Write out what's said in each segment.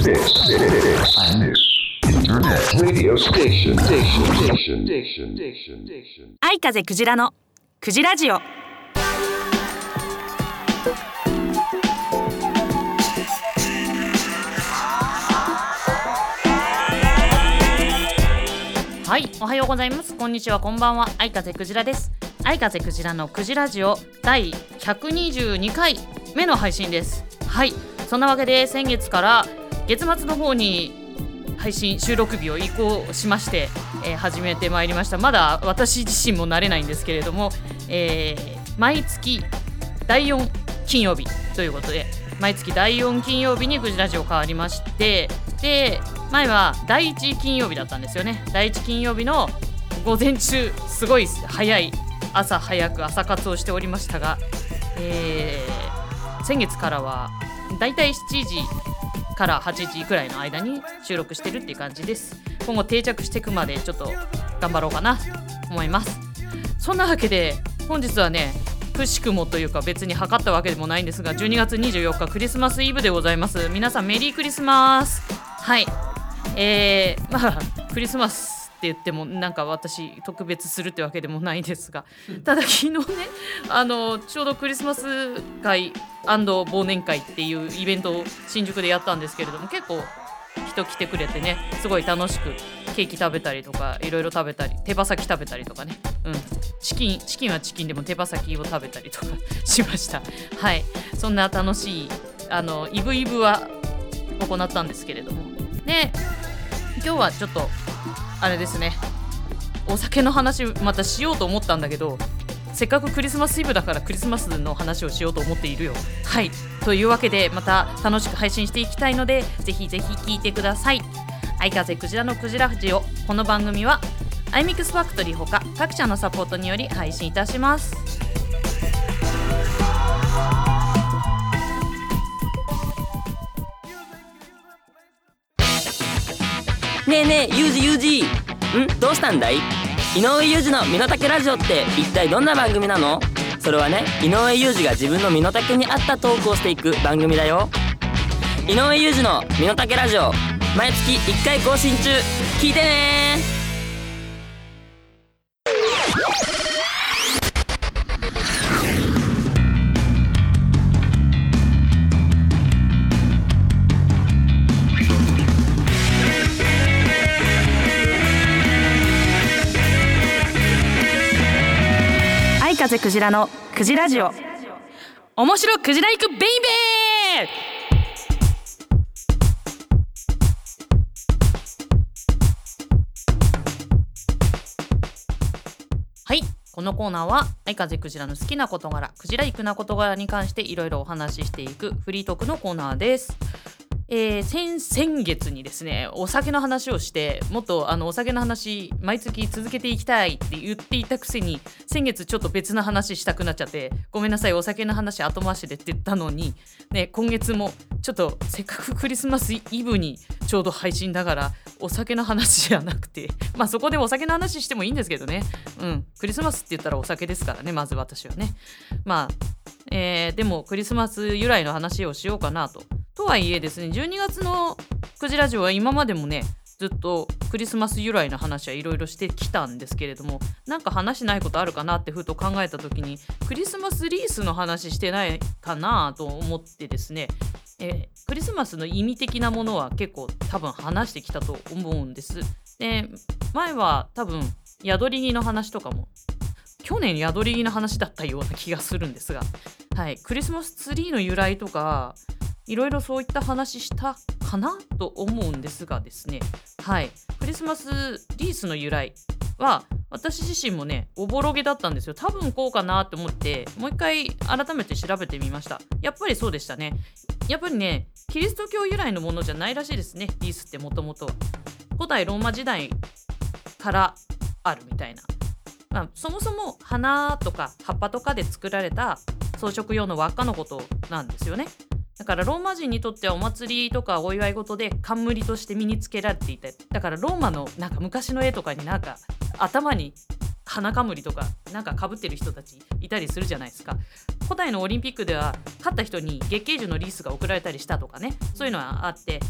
Internet radio station. 愛風クジラのクジラジオ。はい、おはようございます。こんにちは、こんばんは。愛風クジラです。愛風クジラのクジラジオ第122回目の配信です。はい、そんなわけで先月から月末の方に配信収録日を移行しまして、始めてまいりました。まだ私自身も慣れないんですけれども、毎月第4金曜日ということで、毎月第4金曜日にクジラジオ変わりまして、で前は第1金曜日だったんですよね。第1金曜日の午前中、すごい早い朝早く朝活をしておりましたが、先月からはだいたい7時から8時くらいの間に収録してるっていう感じです。今後定着していくまでちょっと頑張ろうかなと思います。そんなわけで本日はね、くしくもというか別に測ったわけでもないんですが、12月24日クリスマスイブでございます。皆さんメリークリスマス。はい、クリスマスって言ってもなんか私特別するってわけでもないですが、ただ昨日ね、ちょうどクリスマス会&忘年会っていうイベントを新宿でやったんですけれども、結構人来てくれてね、すごい楽しくケーキ食べたりとか、いろいろ食べたり、手羽先食べたりとかね、チキンはチキンでも手羽先を食べたりとかしました。はい、そんな楽しいイブイブは行ったんですけれどもね。今日はちょっとあれですね、お酒の話またしようと思ったんだけど、せっかくクリスマスイブだからクリスマスの話をしようと思っているよ。はい、というわけでまた楽しく配信していきたいので、ぜひぜひ聞いてください。愛風クジラのクジラジオ。この番組はアイミックスファクトリーほか各社のサポートにより配信いたします。 ねえねえ、ユージどうしたんだい？井上裕二の身の丈ラジオって一体どんな番組なの？それはね、井上裕二が自分の身の丈に合ったトークをしていく番組だよ。井上裕二の身の丈ラジオ、毎月1回更新中。聞いてね。 愛風クジラのクジラジオ。面白クジラ行くベイベー。はい、このコーナーは愛風クジラの好きな事柄、クジラ行くな事柄に関していろいろお話ししていくフリートークのコーナーです。先月にですね、お酒の話をして、もっとお酒の話毎月続けていきたいって言っていたくせに、先月ちょっと別な話したくなっちゃって、ごめんなさい、お酒の話後回しでって言ったのに、ね、今月もちょっとせっかくクリスマスイブにちょうど配信だからお酒の話じゃなくて、まあそこでお酒の話してもいいんですけどね。クリスマスって言ったらお酒ですからね、まず私はね。まあ、でもクリスマス由来の話をしようかなと。とはいえですね、12月のクジラジオは今までもね、ずっとクリスマス由来の話はいろいろしてきたんですけれども、なんか話しないことあるかなってふと考えた時に、クリスマスリースの話してないかなと思ってですね、クリスマスの意味的なものは結構多分話してきたと思うんです。で、前は多分宿り木の話とかも、去年宿り木の話だったような気がするんですが、はい、クリスマスツリーの由来とかいろいろそういった話したかなと思うんですがですね、はい、クリスマスリースの由来は私自身もね、おぼろげだったんですよ。多分こうかなと思ってもう一回改めて調べてみました。やっぱりそうでしたね。やっぱりね、キリスト教由来のものじゃないらしいですね、リースって。もともと古代ローマ時代からあるみたいな、そもそも花とか葉っぱとかで作られた装飾用の輪っかのことなんですよね。だからローマ人にとってはお祭りとかお祝い事で冠として身につけられていた。だからローマのなんか昔の絵とかになんか頭に花冠とかなんか被ってる人たちいたりするじゃないですか。古代のオリンピックでは勝った人に月桂樹のリースが贈られたりしたとかね、そういうのはあって、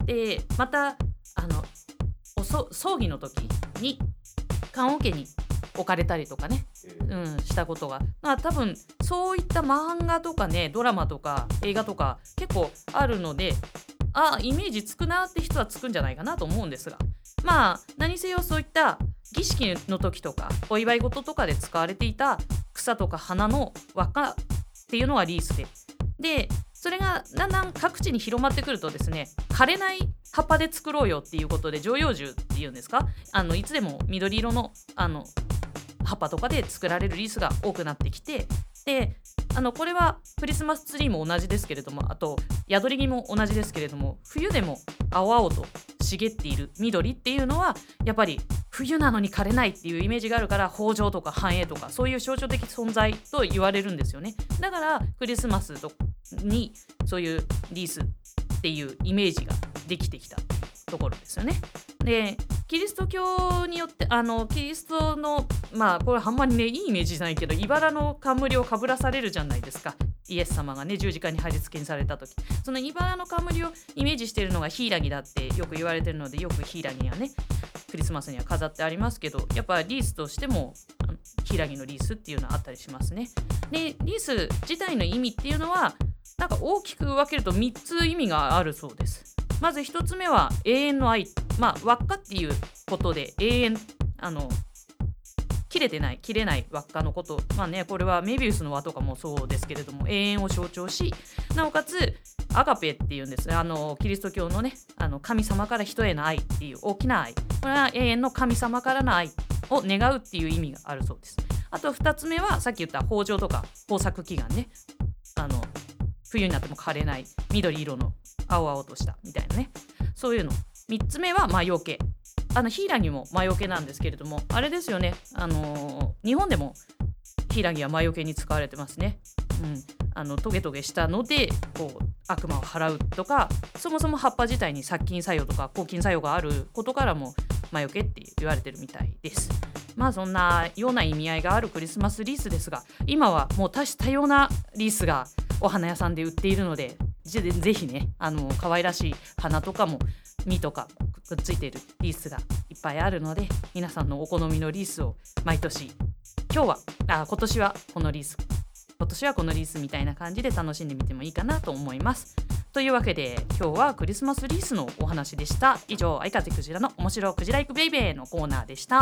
でまた葬儀の時に棺桶に置かれたりとかね、したことが、多分そういった漫画とかね、ドラマとか映画とか結構あるので、イメージつくなって人はつくんじゃないかなと思うんですが、何せよそういった儀式の時とかお祝い事とかで使われていた草とか花の輪っかっていうのがリースで、それがだんだん各地に広まってくるとですね、枯れない葉っぱで作ろうよっていうことで、常葉樹っていうんですか、いつでも緑色の葉っぱとかで作られるリースが多くなってきて、でこれはクリスマスツリーも同じですけれども、あと宿り木も同じですけれども、冬でも青々と茂っている緑っていうのはやっぱり冬なのに枯れないっていうイメージがあるから、豊穣とか繁栄とかそういう象徴的存在と言われるんですよね。だからクリスマスにそういうリースっていうイメージができてきたところですよね。でキリスト教によってキリストのこれあんまりねいいイメージじゃないけど、茨の冠をかぶらされるじゃないですか。イエス様がね十字架に貼り付けにされた時、その茨の冠をイメージしているのがヒイラギだってよく言われてるので、よくヒイラギはねクリスマスには飾ってありますけど、やっぱリースとしてもヒイラギのリースっていうのはあったりしますね。でリース自体の意味っていうのはなんか大きく分けると3つ意味があるそうです。まず1つ目は永遠の愛、輪っかっていうことで永遠、切れない輪っかのこと、これはメビウスの輪とかもそうですけれども、永遠を象徴し、なおかつアガペっていうんですね、キリスト教のね神様から人への愛っていう大きな愛、これは永遠の神様からの愛を願うっていう意味があるそうです。あと2つ目はさっき言った豊穣とか豊作祈願ね、冬になっても枯れない緑色の青々としたみたいなね、そういうの。3つ目は魔除け、ヒイラギも魔除けなんですけれども、あれですよね、日本でもヒイラギは魔除けに使われてますね。トゲトゲしたのでこう悪魔を払うとか、そもそも葉っぱ自体に殺菌作用とか抗菌作用があることからも魔除けって言われてるみたいです。そんなような意味合いがあるクリスマスリースですが、今はもう多種多様なリースがお花屋さんで売っているので、ぜひね可愛らしい花とかも実とかくっついているリースがいっぱいあるので、皆さんのお好みのリースを毎年今年はこのリースみたいな感じで楽しんでみてもいいかなと思います。というわけで今日はクリスマスリースのお話でした。以上、相風クジラの面白クジライクベイベーのコーナーでした。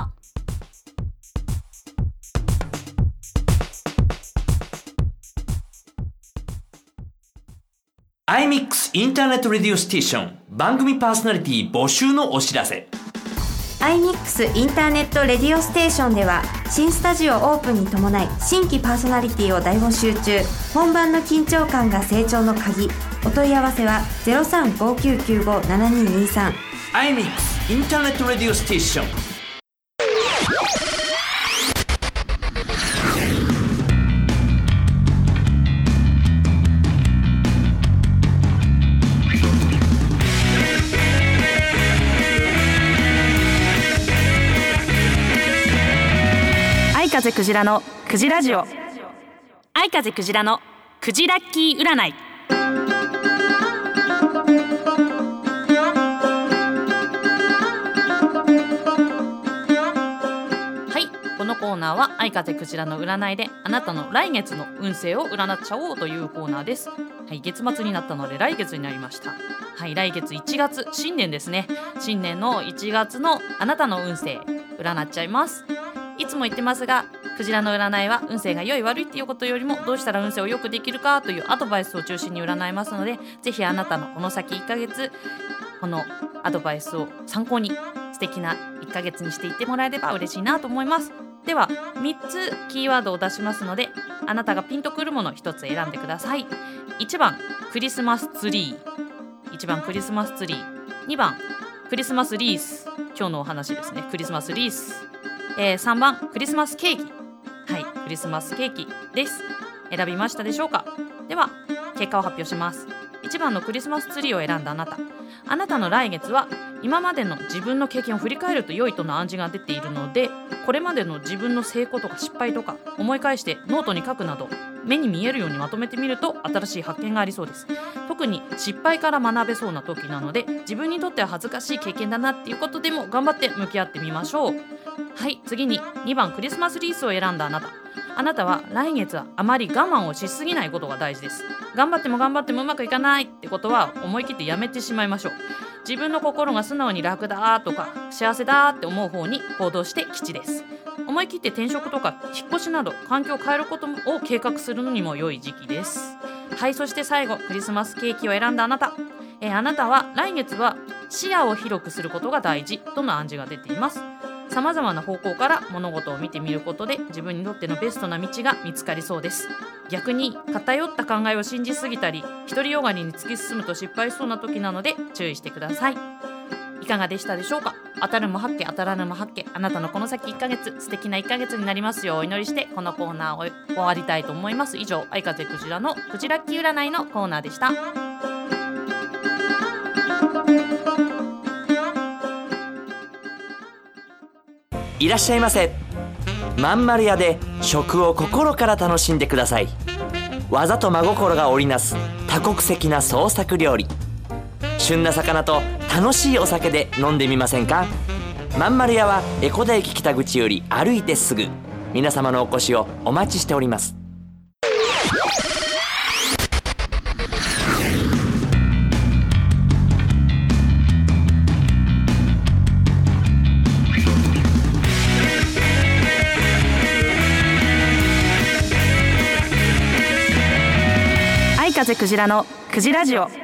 iMix インターネットレディオステーション番組パーソナリティ募集のお知らせ。 iMix インターネットレディオステーションでは新スタジオオープンに伴い新規パーソナリティを大募集中。本番の緊張感が成長の鍵。お問い合わせは 0359957223。 iMix インターネットレディオステーション。 相風クジラのクジラジオ。相風クジラのクジラッキー占い。このコーナーは相風クジラの占いであなたの来月の運勢を占っちゃおうというコーナーです。月末になったので来月になりました。来月1月新年ですね。新年の1月のあなたの運勢占っちゃいます。いつも言ってますが、クジラの占いは運勢が良い悪いっていうことよりもどうしたら運勢を良くできるかというアドバイスを中心に占いますので、ぜひあなたのこの先1ヶ月このアドバイスを参考に素敵な1ヶ月にしていってもらえれば嬉しいなと思います。では3つキーワードを出しますので、あなたがピンとくるもの1つ選んでください。1番クリスマスツリー、2番クリスマスリース、今日のお話ですね、クリスマスリース、3番クリスマスケーキ。クリスマスケーキです。選びましたでしょうか。では結果を発表します。 1番のクリスマスツリーを選んだあなた。あなたの来月は今までの自分の経験を振り返ると良いとの暗示が出ているので、これまでの自分の成功とか失敗とか思い返してノートに書くなど、目に見えるようにまとめてみると新しい発見がありそうです。特に失敗から学べそうな時なので、自分にとっては恥ずかしい経験だなっていうことでも頑張って向き合ってみましょう。はい、次に2番クリスマスリースを選んだあなた。あなたは来月はあまり我慢をしすぎないことが大事です。頑張ってもうまくいかないってことは思い切ってやめてしまいましょう。自分の心が素直に楽だとか幸せだって思う方に行動して吉です。思い切って転職とか引っ越しなど環境を変えることを計画するのにも良い時期です。はい、そして最後クリスマスケーキを選んだあなた。あなたは来月は視野を広くすることが大事との暗示が出ています。さまざまな方向から物事を見てみることで自分にとってのベストな道が見つかりそうです。逆に偏った考えを信じすぎたり独りよがりに突き進むと失敗しそうな時なので注意してください。いかがでしたでしょうか。当たるも八卦当たらぬも八卦、あなたのこの先1ヶ月素敵な1ヶ月になりますようお祈りしてこのコーナーを終わりたいと思います。以上、愛風クジラのクジラッキー占いのコーナーでした。 いらっしゃいませ。まんまる屋で食を心から楽しんでください。技と真心が織りなす多国籍な創作料理。旬な魚と楽しいお酒で飲んでみませんか。まんまる屋は江古田駅北口より歩いてすぐ。皆様のお越しをお待ちしております。 愛風クジラのクジラジオ。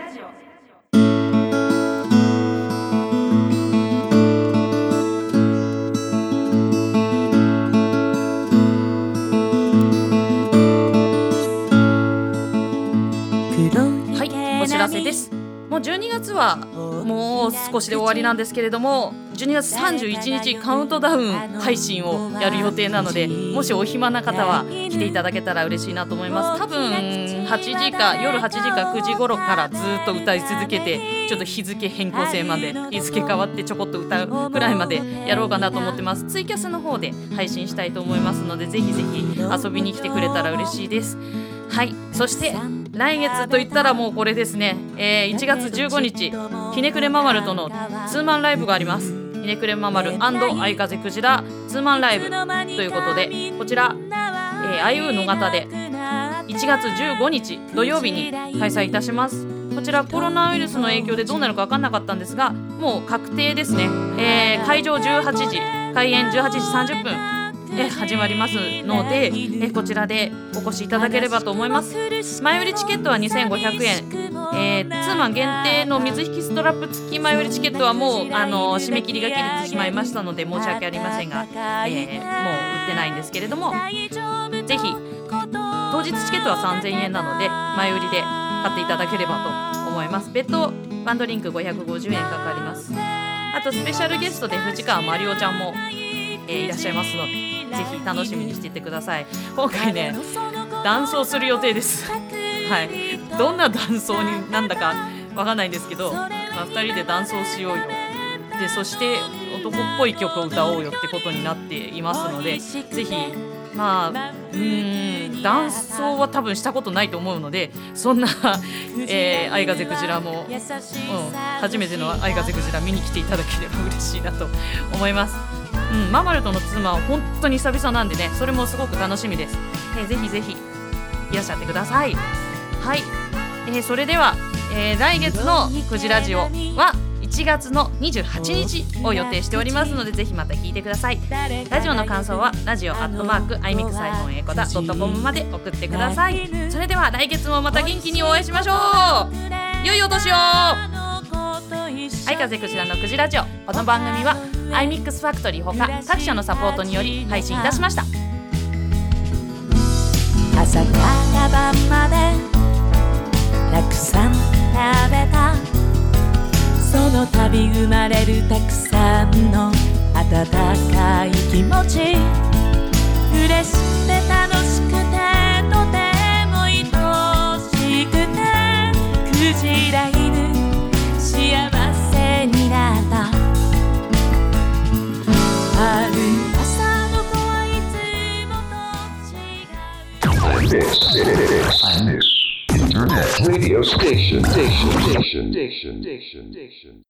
お知らせです。もう12月はもう少しで終わりなんですけれども、12月31日カウントダウン配信をやる予定なので、もしお暇な方は来ていただけたら嬉しいなと思います。多分夜8時か9時頃からずっと歌い続けて、ちょっと日付変更線まで日付変わってちょこっと歌うくらいまでやろうかなと思ってます。ツイキャスの方で配信したいと思いますので、ぜひぜひ遊びに来てくれたら嬉しいです。はい、そして来月といったらもうこれですね、1月15日ひねくれままるとのツーマンライブがあります。ひねくれままる&愛風クジラツーマンライブということで、こちら、あいう野方で1月15日土曜日に開催いたします。こちらコロナウイルスの影響でどうなるか分かんなかったんですが、もう確定ですね。会場18時、開演18時30分始まりますので、こちらでお越しいただければと思います。前売りチケットは2500円、ツーマン限定の水引ストラップ付き前売りチケットはもう締め切りが切れてしまいましたので申し訳ありませんが、もう売ってないんですけれども、ぜひ当日チケットは3000円なので前売りで買っていただければと思います。別途ワンドリンク550円かかります。あとスペシャルゲストで藤川まりおちゃんも、いらっしゃいますので、ぜひ楽しみにしていってください。今回ね、ダンスをする予定です。はい、どんなダンスになんだかわかんないんですけど、2人でダンスをしようよ、でそして男っぽい曲を歌おうよってことになっていますので、ぜひダンスは多分したことないと思うので、そんな、愛風クジラも、初めての愛風クジラ見に来ていただければ嬉しいなと思います。ママルとの妻は本当に久々なんでね、それもすごく楽しみです。ぜひぜひいらっしゃってください。はい、それでは、来月のクジラジオは1月の28日を予定しておりますので、ぜひまた聞いてください。ラジオの感想はラジオ@imixiphoneko.com まで送ってください。それでは来月もまた元気にお会いしましょう。良いお年を。愛風クジラのクジラジオ、この番組はiMix ファクトリーほか各社のサポートにより配信いたしました。 朝から晩までたくさん食べた、その度生まれるたくさんの温かい気持ち、嬉しくて楽しくてとても愛しくて、くじ Internet radio station.